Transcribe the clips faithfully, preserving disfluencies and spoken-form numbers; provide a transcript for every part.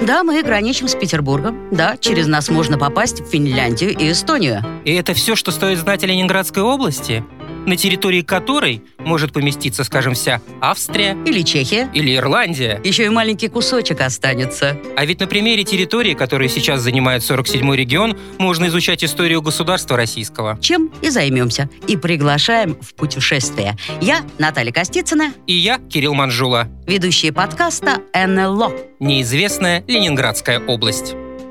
Да, мы граничим с Петербургом. Да, через нас можно попасть в Финляндию и Эстонию. И это все, что стоит знать о Ленинградской области? На территории которой может поместиться, скажем, вся Австрия Или Чехия. или Ирландия. Еще и маленький кусочек останется. А ведь на примере территории, которую сейчас занимает сорок седьмой регион, можно изучать историю государства российского. Чем и займемся. И приглашаем в путешествие. Я Наталья Костицына. И я, Кирилл Манжула. Ведущие подкаста эн эл о. Неизвестная Ленинградская область.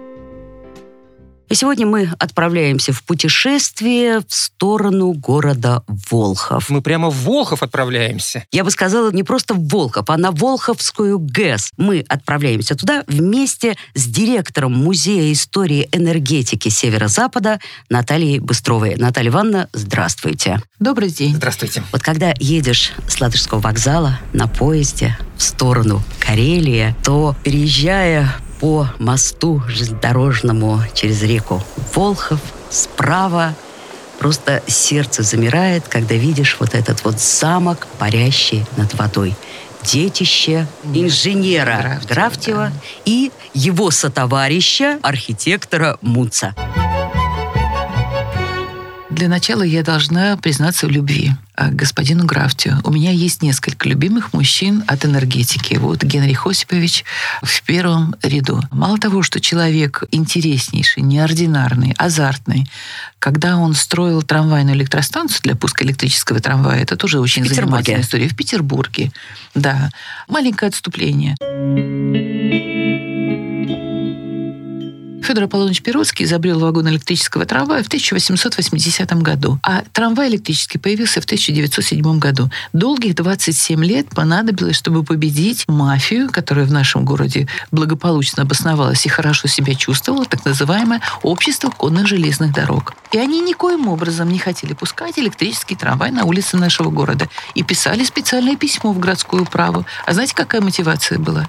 И сегодня мы отправляемся в путешествие в сторону города Волхов. Мы прямо в Волхов отправляемся. Я бы сказала, не просто в Волхов, а на Волховскую ГЭС. Мы отправляемся туда вместе с директором Музея истории энергетики Северо-Запада Натальей Быстровой. Наталья Ивановна, здравствуйте. Добрый день. Здравствуйте. Вот когда едешь с Ладожского вокзала на поезде в сторону Карелии, то, переезжая по мосту железнодорожному через реку Волхов, справа просто сердце замирает, когда видишь вот этот вот замок, парящий над водой. Детище инженера Графтьева, Графтьева да. и его сотоварища, архитектора Мунца. Для начала я должна признаться в любви к господину Графтью. У меня есть несколько любимых мужчин от энергетики. Вот Генрих Осипович в первом ряду. Мало того, что человек интереснейший, неординарный, азартный, когда он строил трамвайную электростанцию для пуска электрического трамвая, это тоже очень занимательная история. В Петербурге. Да. Маленькое отступление. Федор Аполлоныч Перовский изобрел вагон электрического трамвая в тысяча восемьсот восьмидесятом году, а трамвай электрический появился в тысяча девятьсот седьмом году. Долгих двадцать семь лет понадобилось, чтобы победить мафию, которая в нашем городе благополучно обосновалась и хорошо себя чувствовала, так называемое общество конных железных дорог. И они никоим образом не хотели пускать электрический трамвай на улицы нашего города и писали специальное письмо в городскую управу. А знаете, какая мотивация была?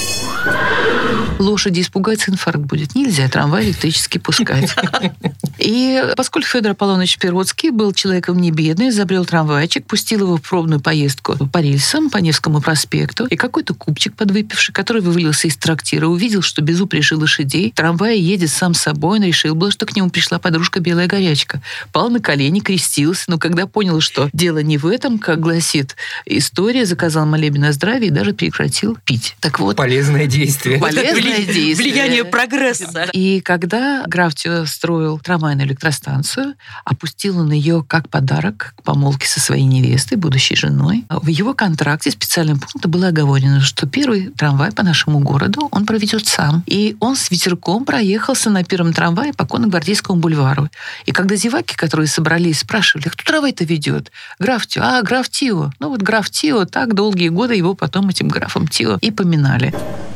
Лошади испугаются, инфаркт будет. Нельзя трамвай электрически пускать. И поскольку Федор Аполлоныч Перовский был человеком не бедным, изобрел трамвайчик, пустил его в пробную поездку по рельсам, по Невскому проспекту, и какой-то купчик подвыпивший, который вывалился из трактира, увидел, что без упряжи лошадей трамвай едет сам собой, он решил было, что к нему пришла подружка Белая горячка. Пал на колени, крестился, но когда понял, что дело не в этом, как гласит история, заказал молебен о здравии и даже прекратил пить. Так вот, полезное действие. Полезное действие. Влияние прогресса. И когда Графтьев строил трамвайную электростанцию, опустил он ее как подарок к помолвке со своей невестой, будущей женой. В его контракте специальным пунктом было оговорено, что первый трамвай по нашему городу он проведет сам. И он с ветерком проехался на первом трамвае по Конно-Гвардейскому бульвару. И когда зеваки, которые собрались, спрашивали, кто трамвай-то ведет? Граф Тио. А, граф Тио. Ну вот граф Тио, так долгие годы его потом этим графом Тио и поминали.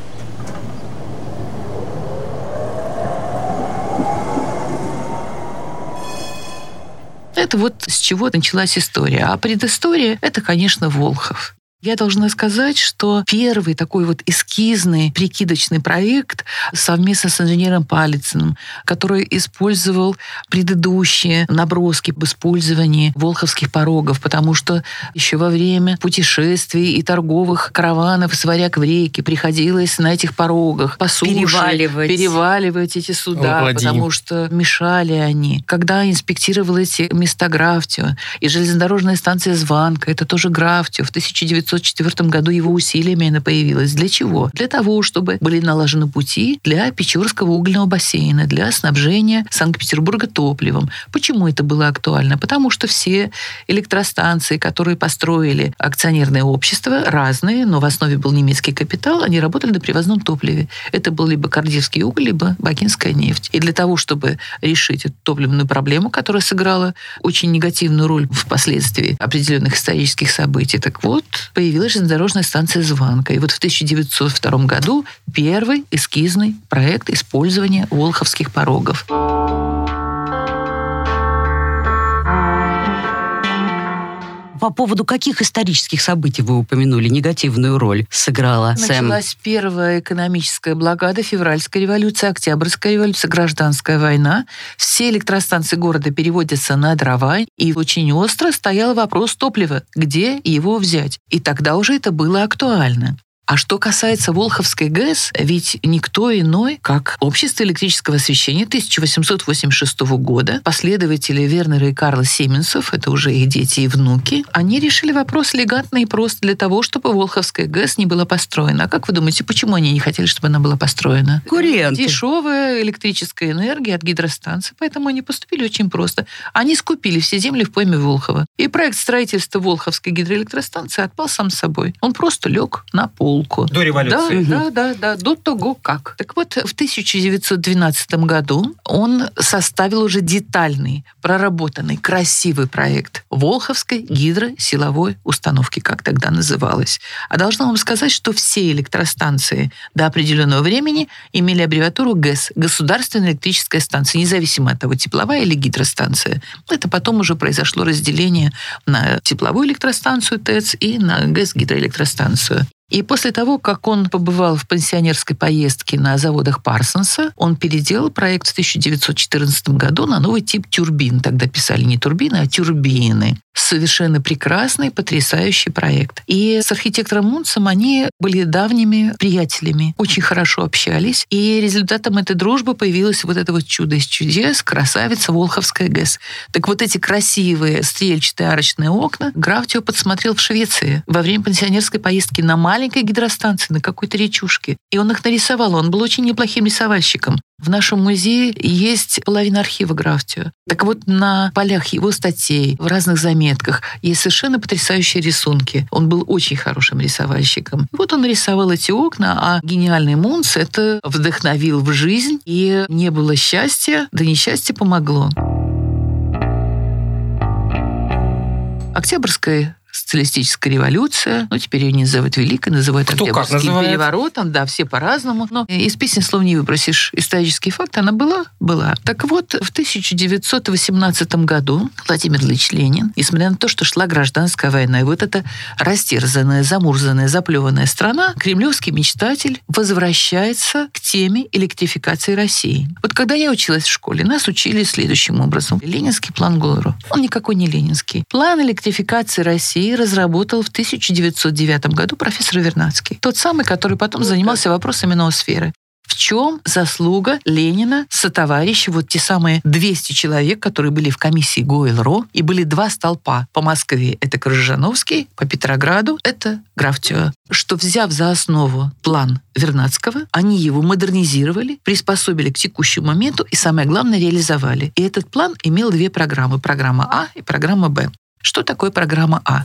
Это вот с чего началась история. А предыстория — это, конечно, Волхов. Я должна сказать, что первый такой вот эскизный, прикидочный проект совместно с инженером Палицыным, который использовал предыдущие наброски об использовании волховских порогов, потому что еще во время путешествий и торговых караванов с варяг в реке приходилось на этих порогах по суше переваливать, переваливать эти суда, Владимир. Потому что мешали они. Когда инспектировал эти места Графтьева, и железнодорожная станция Званка, это тоже Графтьев, в тысяча девятьсот четвёртом году его усилиями она появилась. Для чего? Для того, чтобы были налажены пути для Печорского угольного бассейна, для снабжения Санкт-Петербурга топливом. Почему это было актуально? Потому что все электростанции, которые построили акционерное общество, разные, но в основе был немецкий капитал, они работали на привозном топливе. Это был либо Кардивский уголь, либо Бакинская нефть. И для того, чтобы решить эту топливную проблему, которая сыграла очень негативную роль впоследствии определенных исторических событий, так вот, появилась железнодорожная станция Званка. И вот в тысяча девятьсот втором году первый эскизный проект использования волховских порогов. По поводу каких исторических событий вы упомянули негативную роль сыграла Сэм? Началась первая экономическая блокада, февральская революция, октябрьская революция, гражданская война. Все электростанции города переводятся на дрова, и очень остро стоял вопрос топлива, где его взять. И тогда уже это было актуально. А что касается Волховской ГЭС, ведь никто иной, как Общество электрического освещения тысяча восемьсот восемьдесят шестого года, последователи Вернера и Карла Сименсов, это уже их дети и внуки, они решили вопрос элегантно и просто для того, чтобы Волховская ГЭС не была построена. А как вы думаете, почему они не хотели, чтобы она была построена? Конкуренты. Дешевая электрическая энергия от гидростанции, поэтому они поступили очень просто. Они скупили все земли в пойме Волхова. И проект строительства Волховской гидроэлектростанции отпал сам собой. Он просто лег на полку. До революции. Да, да, да, да, до того как. Так вот, в тысяча девятьсот двенадцатом году он составил уже детальный, проработанный, красивый проект Волховской гидросиловой установки, как тогда называлась. А должна вам сказать, что все электростанции до определенного времени имели аббревиатуру ГЭС, Государственная электрическая станция, независимо от того, тепловая или гидростанция. Это потом уже произошло разделение на тепловую электростанцию ТЭЦ и на ГЭС гидроэлектростанцию. И после того, как он побывал в пенсионерской поездке на заводах Парсонса, он переделал проект в тысяча девятьсот четырнадцатом году на новый тип тюрбин. Тогда писали не турбины, а тюрбины. Совершенно прекрасный, потрясающий проект. И с архитектором Мунцем они были давними приятелями, очень хорошо общались. И результатом этой дружбы появилось вот это вот чудо из чудес, красавица Волховская ГЭС. Так вот эти красивые стрельчатые арочные окна Графтио подсмотрел в Швеции во время пенсионерской поездки на маленькой гидростанции, на какой-то речушке. И он их нарисовал. Он был очень неплохим рисовальщиком. В нашем музее есть половина архива Графтио. Так вот, на полях его статей, в разных заметках есть совершенно потрясающие рисунки. Он был очень хорошим рисовальщиком. Вот он рисовал эти окна, а гениальный Мунц это вдохновил в жизнь, и не было счастья, да несчастье помогло. Октябрьская социалистическая революция, ну, теперь ее не называют Великой, называют Кто Октябрьским как называет? переворотом, да, все по-разному, но из песни слов не выбросишь исторический факт, она была? Была. Так вот, в тысяча девятьсот восемнадцатом году Владимир Ильич Ленин, несмотря на то, что шла гражданская война, и вот эта растерзанная, замурзанная, заплеванная страна, кремлевский мечтатель возвращается к теме электрификации России. Вот когда я училась в школе, нас учили следующим образом. Ленинский план Голлера. Он никакой не ленинский. План электрификации России разработал в тысяча девятьсот девятом году профессор Вернадский. Тот самый, который потом занимался вопросами ноосферы. В чем заслуга Ленина, сотоварищи, вот те самые двести человек, которые были в комиссии Гойл-Ро, и были два столпа. По Москве это Крыжановский, по Петрограду это Графтио. Что, взяв за основу план Вернадского, они его модернизировали, приспособили к текущему моменту и, самое главное, реализовали. И этот план имел две программы. Программа А и программа Б. Что такое программа А?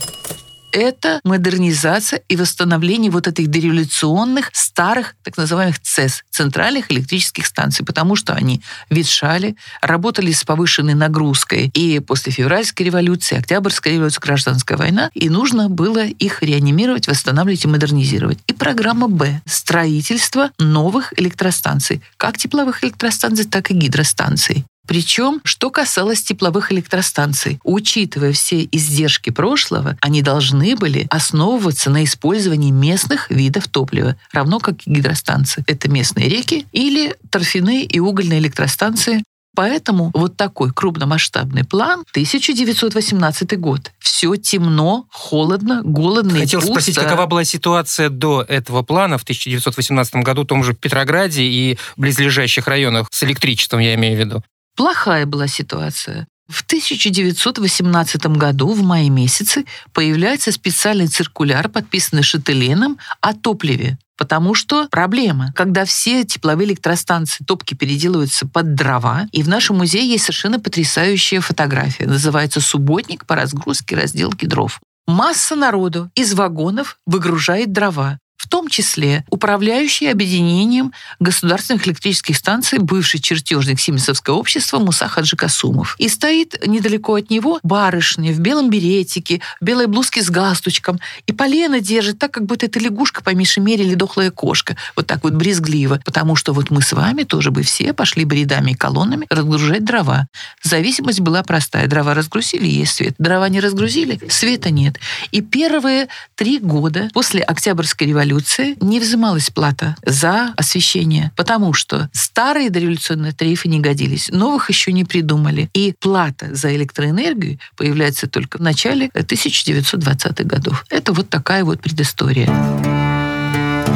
Это модернизация и восстановление вот этих дореволюционных старых, так называемых ЦЭС, центральных электрических станций, потому что они ветшали, работали с повышенной нагрузкой и после февральской революции, октябрьской революции, гражданская война, и нужно было их реанимировать, восстанавливать и модернизировать. И программа Б – строительство новых электростанций, как тепловых электростанций, так и гидростанций. Причем, что касалось тепловых электростанций, учитывая все издержки прошлого, они должны были основываться на использовании местных видов топлива, равно как и гидростанции. Это местные реки или торфяные и угольные электростанции. Поэтому вот такой крупномасштабный план, тысяча девятьсот восемнадцатый год. Все темно, холодно, голодно и Хотел пусто. спросить, какова была ситуация до этого плана в тысяча девятьсот восемнадцатом году, в том же Петрограде и близлежащих районах с электричеством, я имею в виду? Плохая была ситуация. В тысяча девятьсот восемнадцатом году, в мае месяце, появляется специальный циркуляр, подписанный Шателеном, о топливе. Потому что проблема, когда все тепловые электростанции, топки переделываются под дрова, и в нашем музее есть совершенно потрясающая фотография. Называется «Субботник по разгрузке и разделке дров». Масса народу из вагонов выгружает дрова. В том числе управляющий объединением государственных электрических станций бывший чертежник Сименсовского общества Муса Хаджи Касумов. И стоит недалеко от него барышня в белом беретике, в белой блузке с галстучком, и полено держит так, как будто это лягушка, по меньшей мере, или дохлая кошка. Вот так вот брезгливо. Потому что вот мы с вами тоже бы все пошли бы рядами и колоннами разгружать дрова. Зависимость была простая. Дрова разгрузили, есть свет. Дрова не разгрузили, света нет. И первые три года после Октябрьской революции не взималась плата за освещение, потому что старые дореволюционные тарифы не годились, новых еще не придумали. И плата за электроэнергию появляется только в начале тысяча девятьсот двадцатых годов. Это вот такая вот предыстория.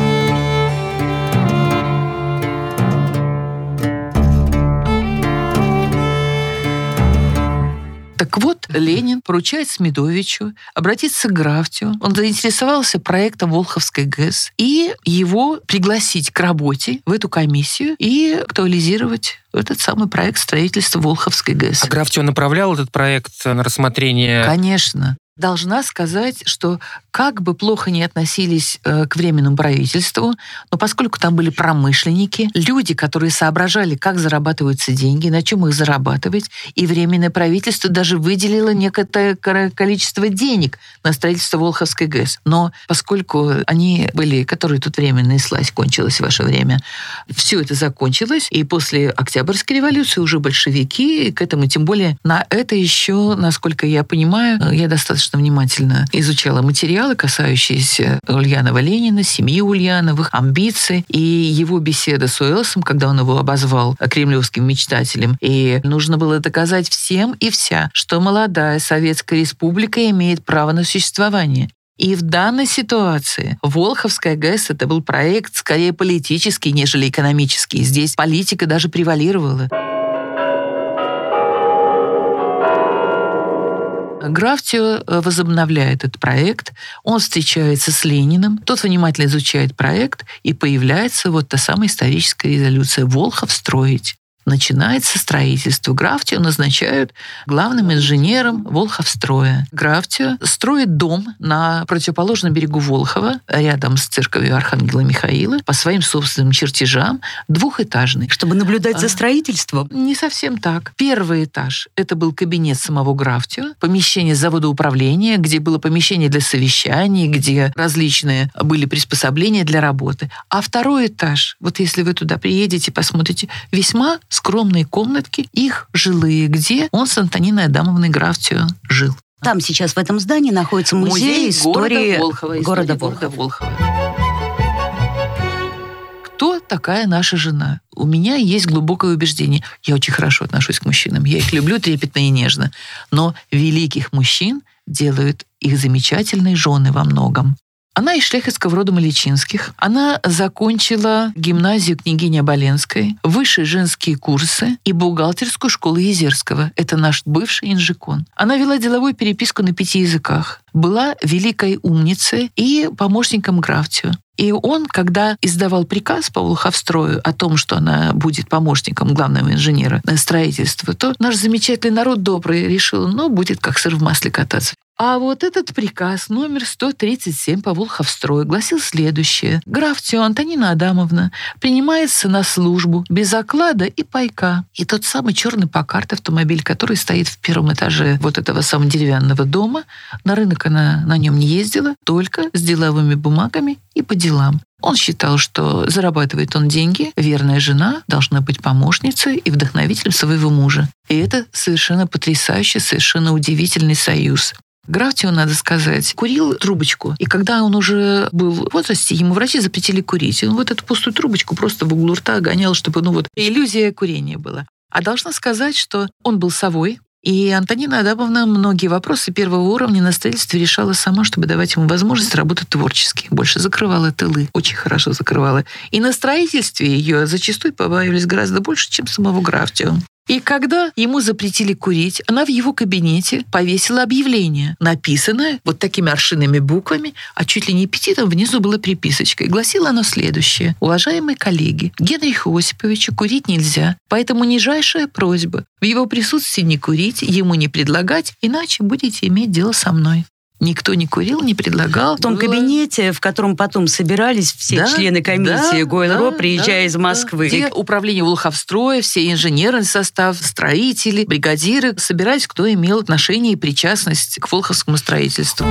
Так вот, Ленин поручает Смедовичу обратиться к Графтию. Он заинтересовался проектом Волховской ГЭС и его пригласить к работе в эту комиссию и актуализировать этот самый проект строительства Волховской ГЭС. А Графтио направлял этот проект на рассмотрение? Конечно. Должна сказать, что как бы плохо ни относились э, к Временному правительству, но поскольку там были промышленники, люди, которые соображали, как зарабатываются деньги, на чем их зарабатывать, и Временное правительство даже выделило некоторое количество денег на строительство Волховской ГЭС. Но поскольку они были, которые тут временная слазь кончилась в ваше время, все это закончилось, и после Октябрьской революции уже большевики к этому, тем более на это еще, насколько я понимаю, я достаточно внимательно изучала материалы, касающиеся Ульянова Ленина, семьи Ульяновых, амбиций и его беседа с Уэллсом, когда он его обозвал кремлевским мечтателем. И нужно было доказать всем и вся, что молодая Советская Республика имеет право на существование. И в данной ситуации Волховская ГЭС — это был проект скорее политический, нежели экономический. Здесь политика даже превалировала. Графтио возобновляет этот проект, он встречается с Лениным, тот внимательно изучает проект, и появляется вот та самая историческая резолюция «Волхов строить». Начинается строительство. Графтио назначают главным инженером Волховстроя. Графтио строит дом на противоположном берегу Волхова, рядом с церковью Архангела Михаила, по своим собственным чертежам, двухэтажный. Чтобы наблюдать за строительством? А, не совсем так. Первый этаж — это был кабинет самого Графтио, помещение завода управления, где было помещение для совещаний, где различные были приспособления для работы. А второй этаж, вот если вы туда приедете, посмотрите, весьма скромные комнатки, их жилые, где он с Антониной Адамовной Графтио жил. Там сейчас в этом здании находится музей, музей истории города Волхова. Города Волхова. Волхова. Кто такая наша жена? У меня есть глубокое убеждение. Я очень хорошо отношусь к мужчинам. Я их люблю трепетно и нежно. Но великих мужчин делают их замечательные жены во многом. Она из шляхетского рода Маличинских. Она закончила гимназию княгини Оболенской, высшие женские курсы и бухгалтерскую школу Езерского. Это наш бывший инжикон. Она вела деловую переписку на пяти языках. Была великой умницей и помощником Графтио. И он, когда издавал приказ по Волховстрою о том, что она будет помощником главного инженера строительства, то наш замечательный народ добрый решил, ну, будет как сыр в масле кататься. А вот этот приказ номер сто тридцать семь по Волховстрою гласил следующее. Графтио Антонина Адамовна принимается на службу без оклада и пайка. И тот самый черный Паккарт автомобиль, который стоит в первом этаже вот этого самого деревянного дома, на рынок она на нем не ездила, только с деловыми бумагами и по делам. Он считал, что зарабатывает он деньги, верная жена должна быть помощницей и вдохновителем своего мужа. И это совершенно потрясающий, совершенно удивительный союз. Графтио, надо сказать, курил трубочку. И когда он уже был в возрасте, ему врачи запретили курить. И он вот эту пустую трубочку просто в углу рта гонял, чтобы, ну вот, иллюзия курения была. А должна сказать, что он был совой. И Антонина Адамовна многие вопросы первого уровня на строительстве решала сама, чтобы давать ему возможность работать творчески. Больше закрывала тылы, очень хорошо закрывала. И на строительстве ее зачастую побаивались гораздо больше, чем самого Графтио. И когда ему запретили курить, она в его кабинете повесила объявление, написанное вот такими аршинными буквами, а чуть ли не петитом внизу была приписочка. И гласило оно следующее. «Уважаемые коллеги, Генриху Осиповичу курить нельзя, поэтому нижайшая просьба в его присутствии не курить, ему не предлагать, иначе будете иметь дело со мной». Никто не курил, не предлагал. В том было... кабинете, в котором потом собирались все да, члены комиссии да, Гойл-Ро, да, приезжая да, из Москвы. Где управление Волховстроя, все инженерный состав, строители, бригадиры собирались, кто имел отношение и причастность к волховскому строительству.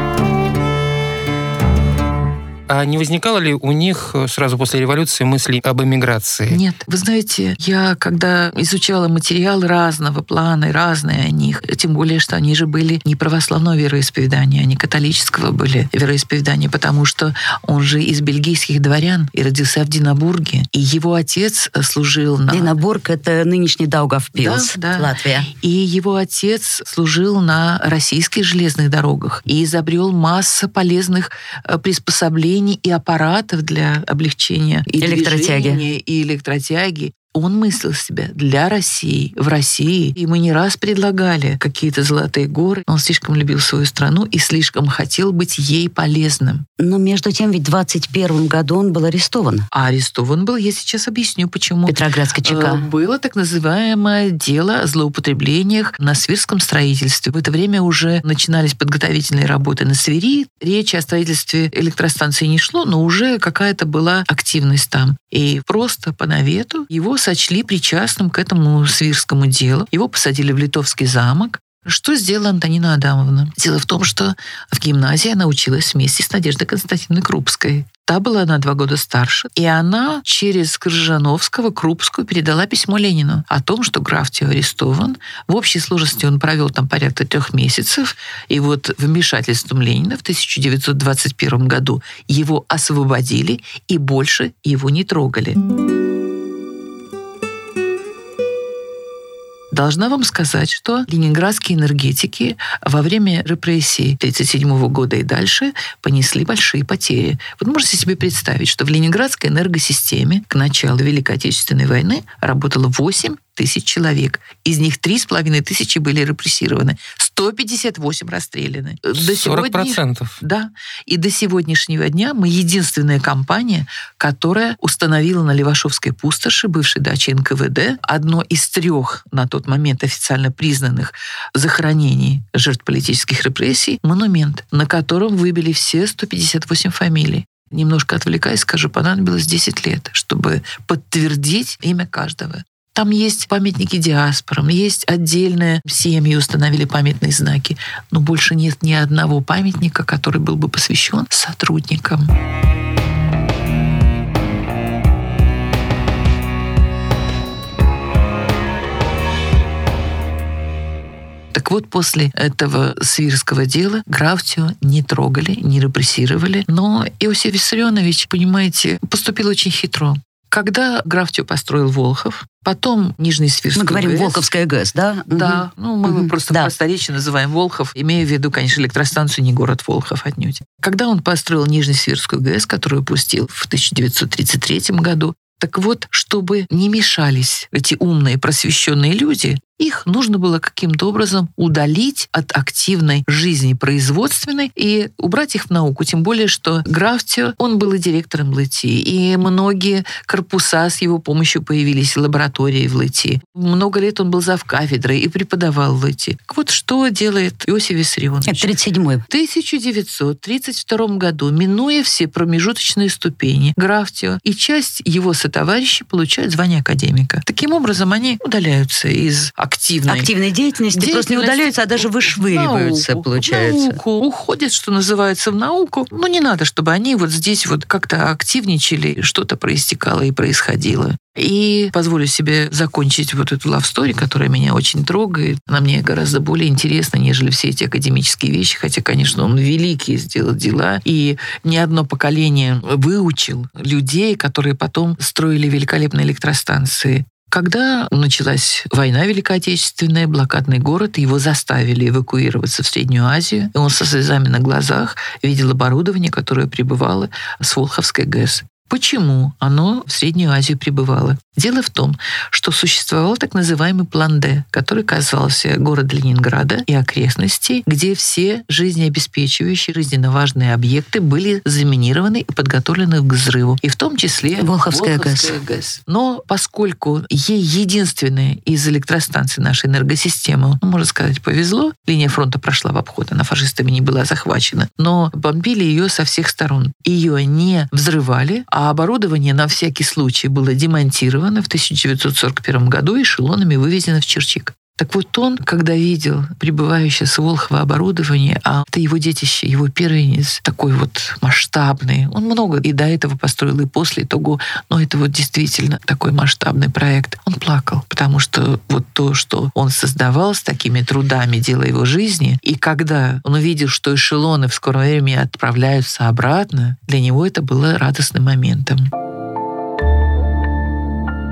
А не возникало ли у них сразу после революции мыслей об эмиграции? Нет. Вы знаете, я когда изучала материалы разного плана, и разные о них, тем более, что они же были не православного вероисповедания, они католического были вероисповедания, потому что он же из бельгийских дворян и родился в Динабурге, и его отец служил на... Динабург — это нынешний Даугавпилс, да, да. Латвия. И его отец служил на российских железных дорогах и изобрел массу полезных приспособлений и аппаратов для облегчения и электротяги. и электротяги. он мыслил себя для России, в России. И мы не раз предлагали какие-то золотые горы. Он слишком любил свою страну и слишком хотел быть ей полезным. Но между тем ведь в двадцать первом году он был арестован. А арестован был, я сейчас объясню, почему. Петроградской ЧК. Было так называемое дело о злоупотреблениях на свирском строительстве. В это время уже начинались подготовительные работы на Свири. Речи о строительстве электростанции не шло, но уже какая-то была активность там. И просто по навету его сочли причастным к этому свирскому делу. Его посадили в Литовский замок. Что сделала Антонина Адамовна? Дело в том, что в гимназии она училась вместе с Надеждой Константиновной Крупской. Та была на два года старше, и она через Крыжановского Крупскую передала письмо Ленину о том, что граф Тио арестован. В общей сложности он провел там порядка трех месяцев, и вот вмешательством Ленина в тысяча девятьсот двадцать первом году его освободили и больше его не трогали. Должна вам сказать, что ленинградские энергетики во время репрессий тридцать седьмого года и дальше понесли большие потери. Вы можете себе представить, что в ленинградской энергосистеме к началу Великой Отечественной войны работало восемь тысяч человек. Из них три с половиной тысячи были репрессированы. сто пятьдесят восемь расстреляны. До сорок процентов. Да. И до сегодняшнего дня мы единственная компания, которая установила на Левашовской пустоши, бывшей даче эн ка вэ дэ, одно из трех на тот момент официально признанных захоронений жертв политических репрессий, монумент, на котором выбили все сто пятьдесят восемь фамилий. Немножко отвлекаясь, скажу, понадобилось десять лет, чтобы подтвердить имя каждого. Там есть памятники диаспорам, есть отдельные семьи, установили памятные знаки, но больше нет ни одного памятника, который был бы посвящен сотрудникам. Так вот, после этого свирского дела граф Тио не трогали, не репрессировали, но Иосиф Виссарионович, понимаете, поступил очень хитро. Когда граф Тио построил Волхов, потом Нижний Свирский Мы говорим ГЭС. Волховская ГЭС, да? Да, угу. ну мы угу. просто да. просторечие называем Волхов, имея в виду, конечно, электростанцию, не город Волхов отнюдь. Когда он построил Нижний Свирскую ГЭС, которую пустил в тысяча девятьсот тридцать третьем году, так вот, чтобы не мешались эти умные, просвещенные люди, их нужно было каким-то образом удалить от активной жизни производственной и убрать их в науку. Тем более, что граф Тио, он был и директором ЛЭТИ, и многие корпуса с его помощью появились, лаборатории в ЛЭТИ. Много лет он был завкафедрой и преподавал в ЛЭТИ. Так вот, что делает Иосиф Виссарионович? Это тридцать седьмой. В тысяча девятьсот тридцать втором году, минуя все промежуточные ступени, граф Тио и часть его сотоварищей получают звание академика. Таким образом, они удаляются из активной, активной деятельности, деятельности, просто не удаляются, а даже вышвыриваются, науку, получается. В науку, уходят, что называется, в науку. Но не надо, чтобы они вот здесь вот как-то активничали, что-то проистекало и происходило. И позволю себе закончить вот эту love story, которая меня очень трогает. Она мне гораздо более интересна, нежели все эти академические вещи. Хотя, конечно, он великий сделал дела. И ни одно поколение выучил людей, которые потом строили великолепные электростанции. Когда началась война Великой Отечественная, блокадный город, его заставили эвакуироваться в Среднюю Азию, и он со слезами на глазах видел оборудование, которое прибывало с Волховской ГЭС. Почему оно в Среднюю Азию прибывало? Дело в том, что существовал так называемый план Д, который касался города Ленинграда и окрестностей, где все жизнеобеспечивающие, жизненно важные объекты были заминированы и подготовлены к взрыву. И в том числе Волховская, Волховская ГЭС. ГЭС. Но поскольку ей единственная из электростанций нашей энергосистемы, ну, можно сказать, повезло, линия фронта прошла в обход, она фашистами не была захвачена, но бомбили ее со всех сторон. Ее не взрывали, а оборудование на всякий случай было демонтировано в тысяча девятьсот сорок первом году эшелонами вывезено в Черчик. Так вот он, когда видел прибывающее с Волхова оборудование, а это его детище, его первенец, такой вот масштабный, он много и до этого построил, и после того, но это вот действительно такой масштабный проект, он плакал, потому что вот то, что он создавал с такими трудами, дело его жизни, и когда он увидел, что эшелоны в скором времени отправляются обратно, для него это было радостным моментом.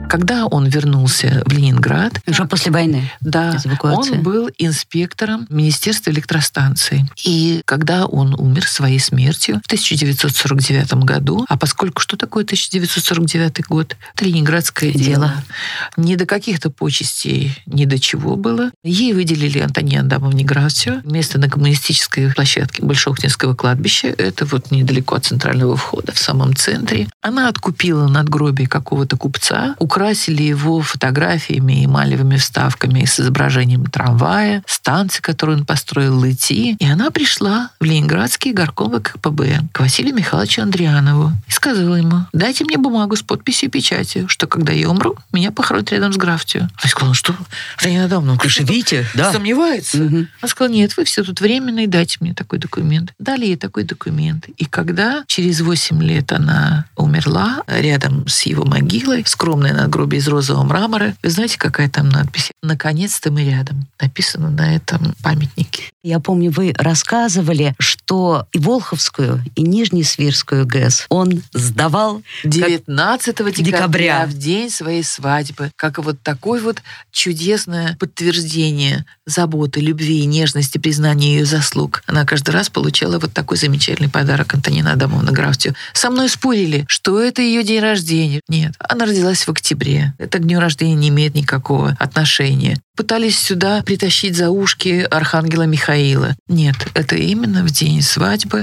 Когда он вернулся в Ленинград... Уже после войны? Да. Он был инспектором Министерства электростанций. И когда он умер своей смертью в тысяча девятьсот сорок девятом году, а поскольку что такое тысяча девятьсот сорок девятый год? Это ленинградское дело. дело. Ни до каких-то почестей, ни до чего было. Ей выделили Антонину Адамовне Гравцию. Место на коммунистической площадке Большохтинского кладбища. Это вот недалеко от центрального входа, в самом центре. Она откупила надгробие какого-то купца, украсили его фотографиями, эмалевыми вставками с изображением трамвая, станции, которую он построил, Лыти. И она пришла в Ленинградский горком ВКПБ к Василию Михайловичу Андрианову и сказала ему: дайте мне бумагу с подписью и печатью, что когда я умру, меня похоронят рядом с Гравтью. Он сказал: что? Антонина Адамовна, вы что, видите? Да. Сомневается? Угу. Он сказал: нет, вы все тут временно, и дайте мне такой документ. Дали ей такой документ. И когда через восемь лет она умерла, рядом с его могилой, скромное надгробие из розового мрамора, вы знаете, какая там надпись? «Наконец-то мы рядом». Написано на этом памятнике. Я помню, вы рассказывали, что и Волховскую, и Нижнесвирскую ГЭС он сдавал девятнадцатого декабря, декабря, в день своей свадьбы, как вот такое вот чудесное подтверждение заботы, любви, нежности, признания ее заслуг. Она каждый раз получала вот такой замечательный подарок Антонина Адамовна Гравтью. Со мной спорили, что это ее день рождения. Нет, она родилась в октябре. Это к дню рождения не имеет никакого отношения. Пытались сюда притащить за ушки архангела Михаила. Нет, это именно в день свадьбы.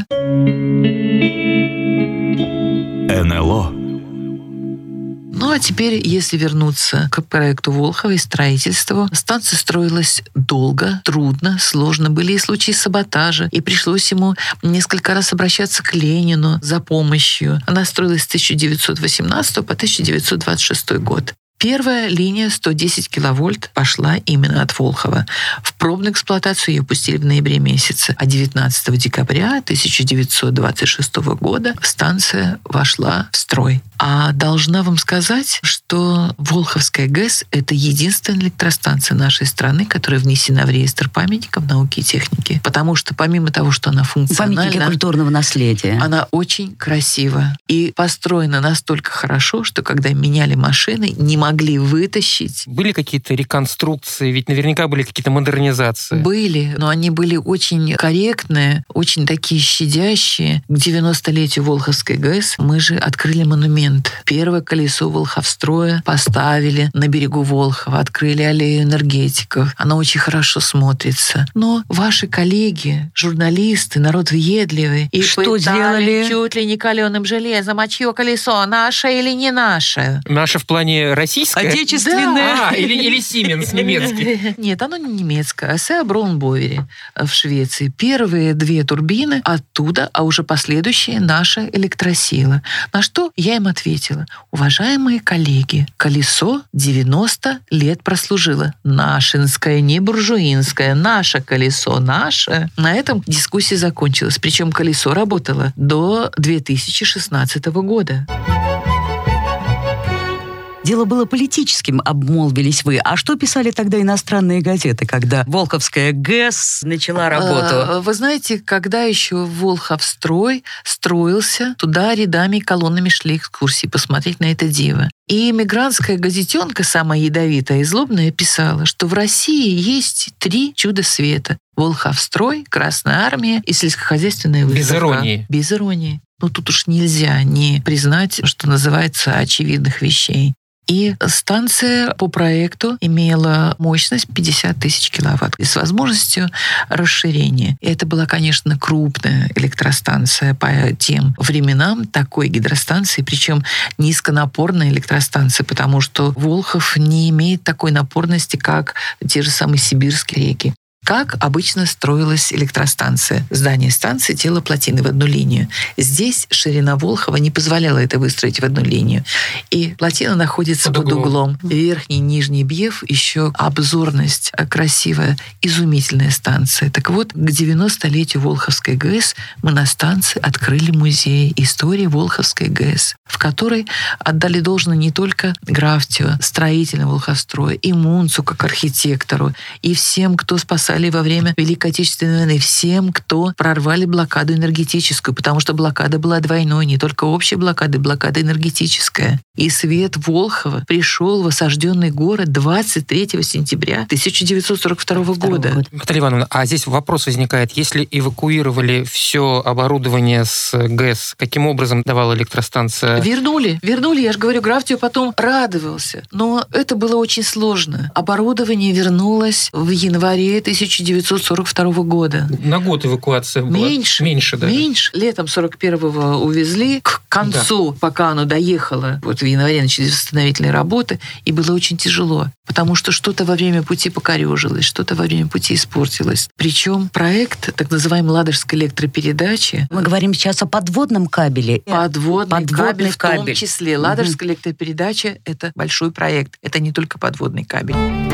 эн эл о. Ну, а теперь, если вернуться к проекту Волхова и строительству, станция строилась долго, трудно, сложно. Были и случаи саботажа, и пришлось ему несколько раз обращаться к Ленину за помощью. Она строилась с тысяча девятьсот восемнадцатого по тысяча девятьсот двадцать шестой год. Первая линия сто десять киловольт пошла именно от Волхова. В пробную эксплуатацию ее пустили в ноябре месяце, а девятнадцатого декабря тысяча девятьсот двадцать шестого года станция вошла в строй. А должна вам сказать, что Волховская ГЭС — это единственная электростанция нашей страны, которая внесена в реестр памятников науки и техники. Потому что помимо того, что она функциональна... Памятники культурного наследия. Она очень красива и построена настолько хорошо, что когда меняли машины, не могли вытащить. Были какие-то реконструкции? Ведь наверняка были какие-то модернизации. Были, но они были очень корректные, очень такие щадящие. К девяностолетию Волховской ГЭС мы же открыли монумент. Первое колесо Волховстроя поставили на берегу Волхова, открыли аллею энергетиков. Она очень хорошо смотрится. Но ваши коллеги, журналисты, народ въедливый, и что сделали? Чуть ли не каленым железом, а чье колесо, наше или не наше? Наше в плане российское? Отечественное. Да. А, или, или Siemens немецкий. Нет, оно не немецкое, а Сеа Браунбовери в Швеции. Первые две турбины оттуда, а уже последующие наша электросила. На что я им ответила: уважаемые коллеги, колесо девяносто лет прослужило. Нашинское, не буржуинское. Наше колесо, наше. На этом дискуссия закончилась. Причем колесо работало до две тысячи шестнадцатого года. Дело было политическим, обмолвились вы. А что писали тогда иностранные газеты, когда Волховская ГЭС начала работу? Вы знаете, когда еще Волховстрой строился, туда рядами и колоннами шли экскурсии посмотреть на это диво. И эмигрантская газетенка, самая ядовитая и злобная, писала, что в России есть три чуда света: Волховстрой, Красная армия и сельскохозяйственная выставка. Без иронии. Без иронии. Ну, тут уж нельзя не признать, что называется, очевидных вещей. И станция по проекту имела мощность пятьдесят тысяч киловатт и с возможностью расширения. И это была, конечно, крупная электростанция по тем временам, такой гидростанции, причем низконапорная электростанция, потому что Волхов не имеет такой напорности, как те же самые сибирские реки. Как обычно строилась электростанция? Здание станции, тело плотины в одну линию. Здесь ширина Волхова не позволяла это выстроить в одну линию. И плотина находится под, под углом. углом. Верхний, нижний бьев, еще обзорность красивая, изумительная станция. Так вот, к девяностолетию Волховской ГЭС мы на станции открыли музей истории Волховской ГЭС, в которой отдали должное не только Гравтию, строителям Волховстроя, и Мунцу как архитектору, и всем, кто спасает Италии во время Великой Отечественной войны, всем, кто прорвали блокаду энергетическую, потому что блокада была двойной, не только общая блокада, блокада энергетическая. И свет Волхова пришел в осажденный город двадцать третьего сентября тысяча девятьсот сорок второго года. Наталья Ивановна, а здесь вопрос возникает, если эвакуировали все оборудование с ГЭС, каким образом давала электростанция? Вернули, вернули, я же говорю, Графтио потом радовался, но это было очень сложно. Оборудование вернулось в январе тысяча девятьсот сорок второго года. На год эвакуация была? Меньше. Меньше, да. Меньше. Летом сорок первого увезли. К концу, да. пока оно доехало, вот в январе начались восстановительные работы, и было очень тяжело, потому что что-то во время пути покорежилось, что-то во время пути испортилось. Причем проект, так называемой Ладожской электропередачи... Мы говорим сейчас о подводном кабеле. Подводный, подводный кабель, кабель. В том числе. Ладожская угу. электропередача — это большой проект. Это не только подводный кабель.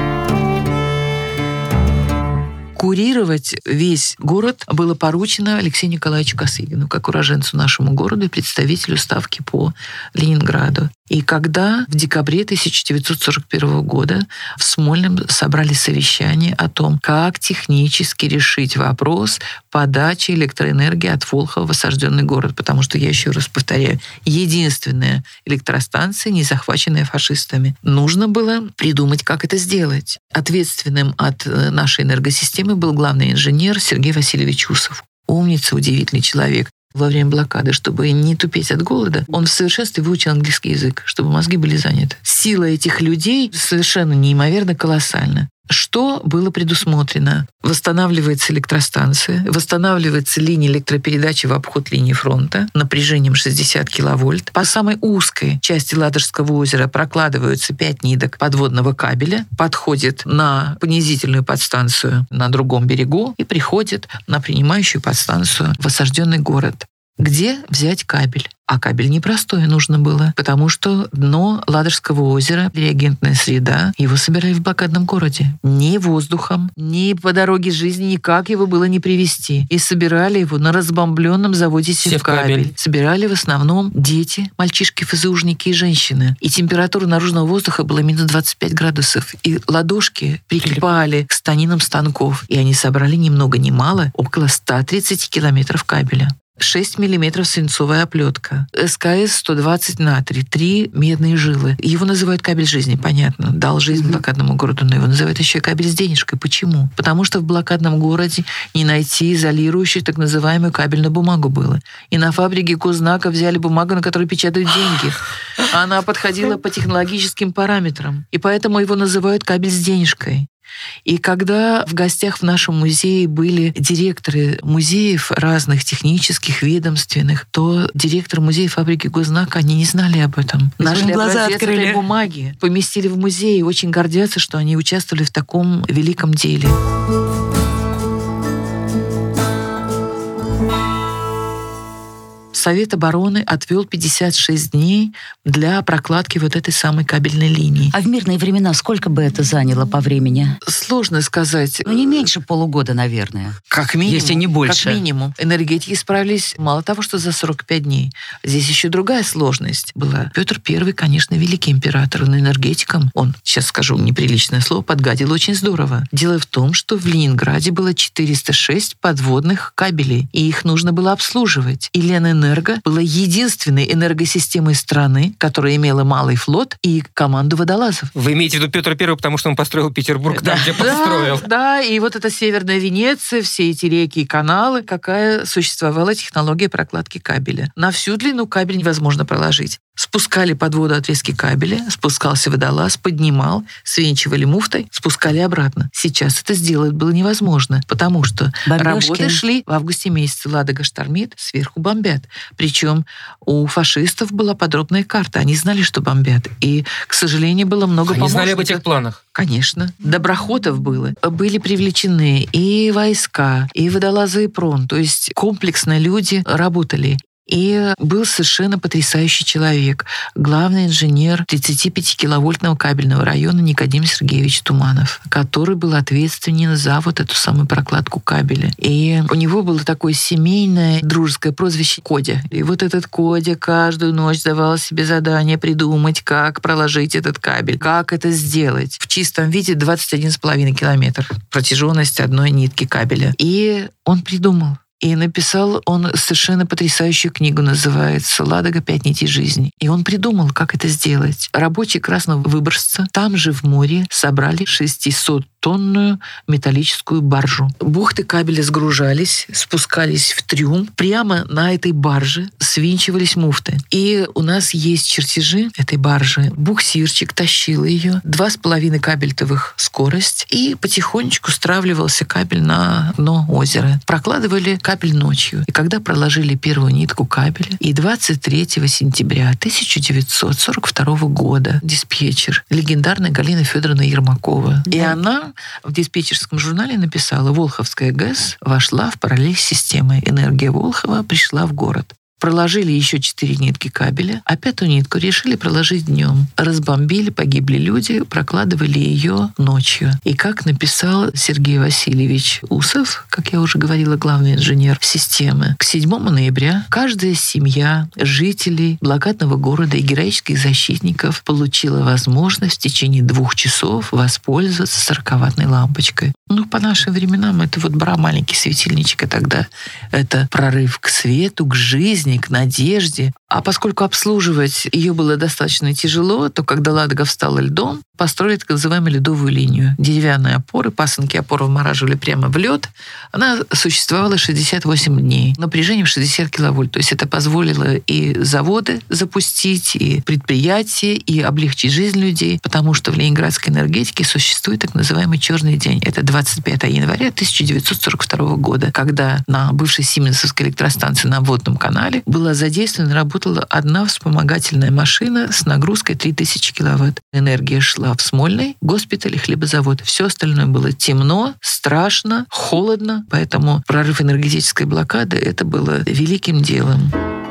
Курировать весь город было поручено Алексею Николаевичу Косыгину, как уроженцу нашему городу и представителю ставки по Ленинграду. И когда в декабре тысяча девятьсот сорок первого года в Смольном собрали совещание о том, как технически решить вопрос подачи электроэнергии от Волхова в осажденный город, потому что, я еще раз повторяю, единственная электростанция, не захваченная фашистами. Нужно было придумать, как это сделать. Ответственным от нашей энергосистемы был главный инженер Сергей Васильевич Усов. Умница, удивительный человек. Во время блокады, чтобы не тупеть от голода, он в совершенстве выучил английский язык, чтобы мозги были заняты. Сила этих людей совершенно неимоверно колоссальна. Что было предусмотрено? Восстанавливается электростанция, восстанавливается линия электропередачи в обход линии фронта напряжением шестьдесят киловольт. По самой узкой части Ладожского озера прокладываются пять ниток подводного кабеля, подходит на понизительную подстанцию на другом берегу и приходит на принимающую подстанцию в осажденный город. Где взять кабель? А кабель непростой нужно было, потому что дно Ладожского озера, реагентная среда, его собирали в блокадном городе. Ни воздухом, ни по дороге жизни никак его было не привезти. И собирали его на разбомбленном заводе Севкабель. Севкабель. Собирали в основном дети, мальчишки, фэзэушники и женщины. И температура наружного воздуха была минус двадцать пять градусов. И ладошки прикипали к станинам станков. И они собрали ни много ни мало около ста тридцати километров кабеля. шесть миллиметров свинцовая оплетка, эс ка эс сто двадцать натрий, три медные жилы. Его называют кабель жизни, понятно. Дал жизнь mm-hmm. блокадному городу, но его называют еще и кабель с денежкой. Почему? Потому что в блокадном городе не найти изолирующую так называемую кабельную бумагу было. И на фабрике Кузнака взяли бумагу, на которой печатают деньги. Она подходила по технологическим параметрам. И поэтому его называют кабель с денежкой. И когда в гостях в нашем музее были директоры музеев разных технических, ведомственных, то директор музея фабрики Гузнака, они не знали об этом. Нашли образец этой бумаги, поместили в музей и очень гордятся, что они участвовали в таком великом деле. Совет обороны отвел пятьдесят шесть дней для прокладки вот этой самой кабельной линии. А в мирные времена сколько бы это заняло по времени? Сложно сказать. Ну, не меньше полугода, наверное. Как минимум. Если не больше. Как минимум. Энергетики справились мало того, что за сорок пять дней. Здесь еще другая сложность была. Петр Первый, конечно, великий император, но энергетикам он, сейчас скажу неприличное слово, подгадил очень здорово. Дело в том, что в Ленинграде было четыреста шесть подводных кабелей, и их нужно было обслуживать. И Ленэнерго была единственной энергосистемой страны, которая имела малый флот и команду водолазов. Вы имеете в виду Петр Первый, потому что он построил Петербург там, да, где построил. Да, да, и вот эта Северная Венеция, все эти реки и каналы, какая существовала технология прокладки кабеля. На всю длину кабель невозможно проложить. Спускали под воду отрезки кабеля, спускался водолаз, поднимал, свинчивали муфтой, спускали обратно. Сейчас это сделать было невозможно, потому что Бомбежки. Работы шли в августе месяце. Ладога штормит, сверху бомбят. Причем у фашистов была подробная карта. Они знали, что бомбят. И, к сожалению, было много Они помощников. знали об этих планах? Конечно. Доброхотов было. Были привлечены и войска, и водолазы, и прон. То есть комплексно люди работали. И был совершенно потрясающий человек, главный инженер тридцатипятикиловольтного кабельного района Никодим Сергеевич Туманов, который был ответственен за вот эту самую прокладку кабеля. И у него было такое семейное дружеское прозвище Кодя. И вот этот Кодя каждую ночь давал себе задание придумать, как проложить этот кабель, как это сделать. В чистом виде двадцать один с половиной километр протяженность одной нитки кабеля. И он придумал. И написал он совершенно потрясающую книгу, называется «Ладога. Пять нитей жизни». И он придумал, как это сделать. Рабочие Красновыборжца там же в море собрали шестисоттонную металлическую баржу. Бухты кабеля сгружались, спускались в трюм. Прямо на этой барже свинчивались муфты. И у нас есть чертежи этой баржи. Буксирчик тащил ее, два с половиной кабельтовых скорость, и потихонечку стравливался кабель на дно озера. Прокладывали кабель ночью. И когда проложили первую нитку кабеля, и двадцать третьего сентября тысяча девятьсот сорок второго года диспетчер, легендарная Галина Федоровна Ермакова, да. И она в диспетчерском журнале написала: «Волховская ГЭС вошла в параллель с системой. Энергия Волхова пришла в город». Проложили еще четыре нитки кабеля, а пятую нитку решили проложить днем. Разбомбили, погибли люди, прокладывали ее ночью. И как написал Сергей Васильевич Усов, как я уже говорила, главный инженер системы, к седьмому ноября каждая семья жителей блокадного города и героических защитников получила возможность в течение двух часов воспользоваться сороковаттной лампочкой. Ну, по нашим временам это вот бра, маленький светильничек, и тогда это прорыв к свету, к жизни, к надежде. А поскольку обслуживать ее было достаточно тяжело, то когда Ладога встала льдом, построили так называемую ледовую линию. Деревянные опоры, пасынки опор вмораживали прямо в лед. Она существовала шестьдесят восемь дней, напряжением шестьдесят киловольт. То есть это позволило и заводы запустить, и предприятия, и облегчить жизнь людей, потому что в ленинградской энергетике существует так называемый черный день. Это двадцать пятого января тысяча девятьсот сорок второго года, когда на бывшей Сименсовской электростанции на Водном канале была задействована, работала одна вспомогательная машина с нагрузкой три тысячи киловатт. Энергия шла в Смольный, госпиталь и хлебозавод. Все остальное было темно, страшно, холодно, поэтому прорыв энергетической блокады — это было великим делом.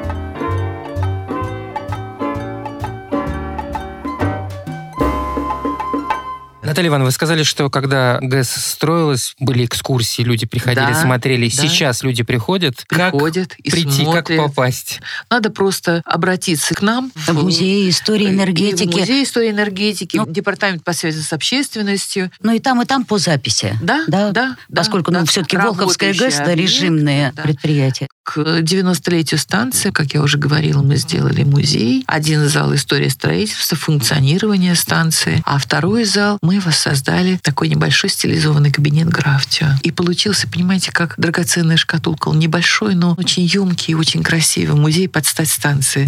Наталья Ивановна, вы сказали, что когда ГЭС строилась, были экскурсии, люди приходили, да, смотрели. Да. Сейчас люди приходят. Приходят как и прийти, смотрят. как попасть? Надо просто обратиться к нам. В музей истории энергетики. И в музей истории энергетики, ну, в департамент по связи с общественностью. Ну и там, и там по записи. Да, да, да. Поскольку, да, ну, все-таки Волховская ГЭС — это режимное да. предприятие. К девяностолетию станции, как я уже говорила, мы сделали музей. Один зал — история строительства, функционирования станции, а второй зал мы воссоздали такой небольшой стилизованный кабинет Графтио. И получился, понимаете, как драгоценная шкатулка. Он небольшой, но очень емкий и очень красивый. Музей под стать станции.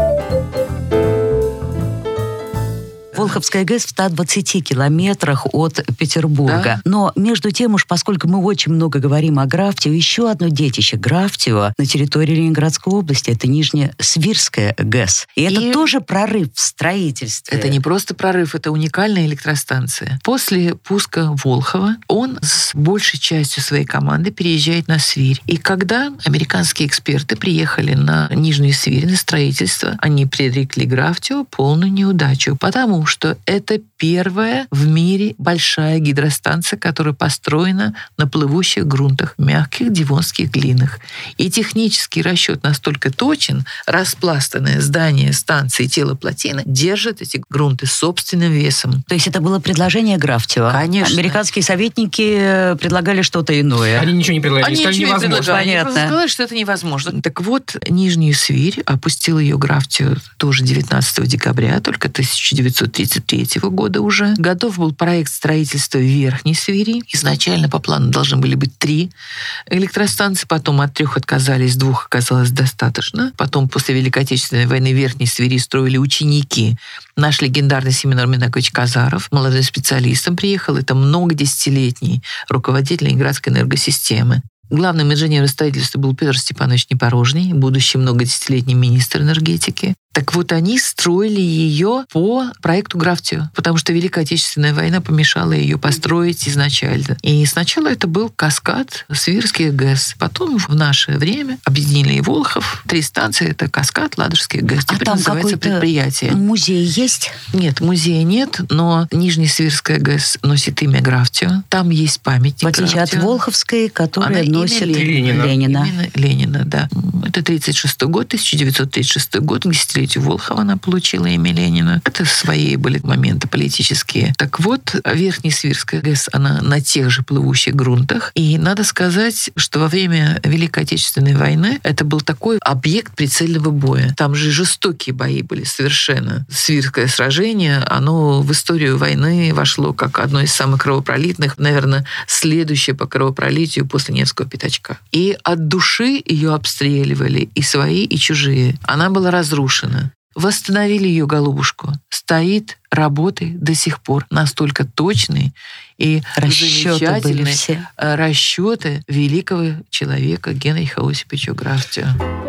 Волховская ГЭС в ста двадцати километрах от Петербурга. Да? Но между тем уж, поскольку мы очень много говорим о Графтио, еще одно детище Графтио на территории Ленинградской области — это Нижнесвирская ГЭС. И, и это тоже прорыв в строительстве. Это не просто прорыв, это уникальная электростанция. После пуска Волхова он с большей частью своей команды переезжает на Свирь. И когда американские эксперты приехали на Нижнюю Свирь на строительство, они предрекли Графтио полную неудачу, потому что это первая в мире большая гидростанция, которая построена на плывущих грунтах, мягких дивонских глинах. И технический расчет настолько точен, распластанное здание станции, тело плотины держит эти грунты собственным весом. То есть это было предложение Графтио? Конечно. Американские советники предлагали что-то иное. Они ничего не предлагали, Они сказали, ничего невозможно. Не предлагали. Они просто сказали, что это невозможно. Так вот, Нижнюю Свирь опустил ее Графтио тоже девятнадцатого декабря, только тысяча девятьсот тридцать третьего года уже. Готов был проект строительства Верхней Свири. Изначально по плану должны были быть три электростанции, потом от трех отказались, двух оказалось достаточно. Потом после Великой Отечественной войны Верхней Свири строили ученики. Наш легендарный Семен Арменакович Казаров, молодой специалистом приехал. Это многодесятилетний руководитель Ленинградской энергосистемы. Главным инженером строительства был Петр Степанович Непорожний, будущий многодесятилетний министр энергетики. Так вот, они строили ее по проекту Графтио, потому что Великая Отечественная война помешала ее построить изначально. И сначала это был каскад Свирский ГЭС. Потом в наше время объединили и Волхов. Три станции — это каскад, Ладожский ГЭС. А Теперь там называется предприятие. Музей есть? Нет, музея нет, но Нижний Свирская ГЭС носит имя Графтио. Там есть памятник В отличие Графтио. от Волховской, которая Она носит имя Ленина. Ленина. Именно Ленина, да. Это тридцать шестой год, тысяча девятьсот тридцать шестой год, к десятилетию Волхова она получила имя Ленина. Это свои были моменты политические. Так вот, Верхняя Свирская ГЭС, она на тех же плывущих грунтах. И надо сказать, что во время Великой Отечественной войны это был такой объект прицельного боя. Там же жестокие бои были совершенно. Свирское сражение, оно в историю войны вошло как одно из самых кровопролитных, наверное, следующее по кровопролитию после Невского пятачка. И от души ее обстреливали и свои, и чужие. Она была разрушена. Восстановили ее голубушку. Стоит, работает до сих пор. Настолько точные и Расчеты были все. расчеты великого человека Генриха Осиповича Графтио.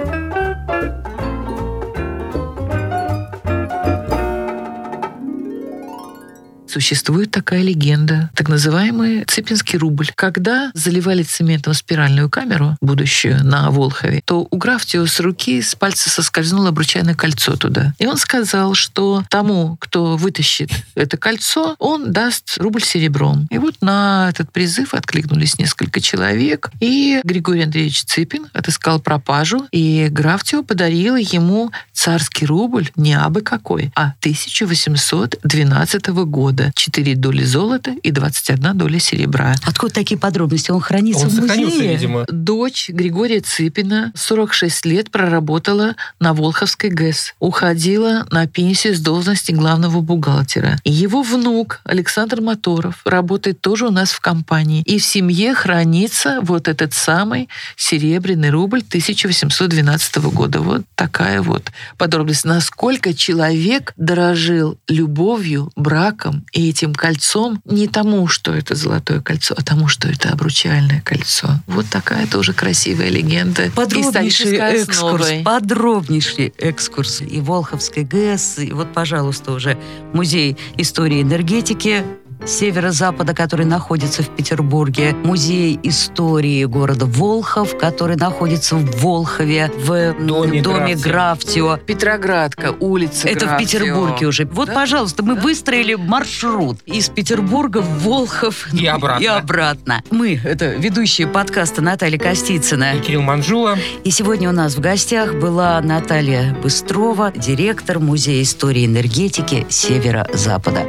Существует такая легенда, так называемый Цыпинский рубль. Когда заливали цементом спиральную камеру, будущую, на Волхове, то у Графтио с руки, с пальца соскользнуло обручальное кольцо туда. И он сказал, что тому, кто вытащит это кольцо, он даст рубль серебром. И вот на этот призыв откликнулись несколько человек, и Григорий Андреевич Цыпин отыскал пропажу, и Графтио подарил ему царский рубль не абы какой, а тысяча восемьсот двенадцатого года. четыре доли золота и двадцать одна доля серебра. Откуда такие подробности? Он хранится Он в сохранился, музее? видимо. Дочь Григория Цыпина сорок шесть лет проработала на Волховской ГЭС. Уходила на пенсию с должности главного бухгалтера. И его внук Александр Моторов работает тоже у нас в компании. И в семье хранится вот этот самый серебряный рубль тысяча восемьсот двенадцатого года. Вот такая вот подробность. Насколько человек дорожил любовью, браком и этим кольцом не тому, что это золотое кольцо, а тому, что это обручальное кольцо. Вот такая тоже красивая легенда. Подробнейший исторической экскурс, основой. подробнейший экскурс. И Волховской ГЭС, и вот, пожалуйста, уже Музей истории энергетики Северо-Запада, который находится в Петербурге, Музей истории города Волхов, который находится в Волхове, в Доме доме Графтио. Петроградка, улица Это Графтио. в Петербурге уже. Вот, Да? пожалуйста, мы Да. выстроили маршрут из Петербурга в Волхов И обратно. И обратно. Мы, это ведущие подкаста Наталья Костицына. И Кирилл Манжула. И сегодня у нас в гостях была Наталья Быстрова, директор Музея истории энергетики Северо-Запада.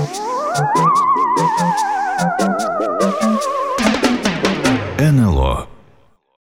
эн эл о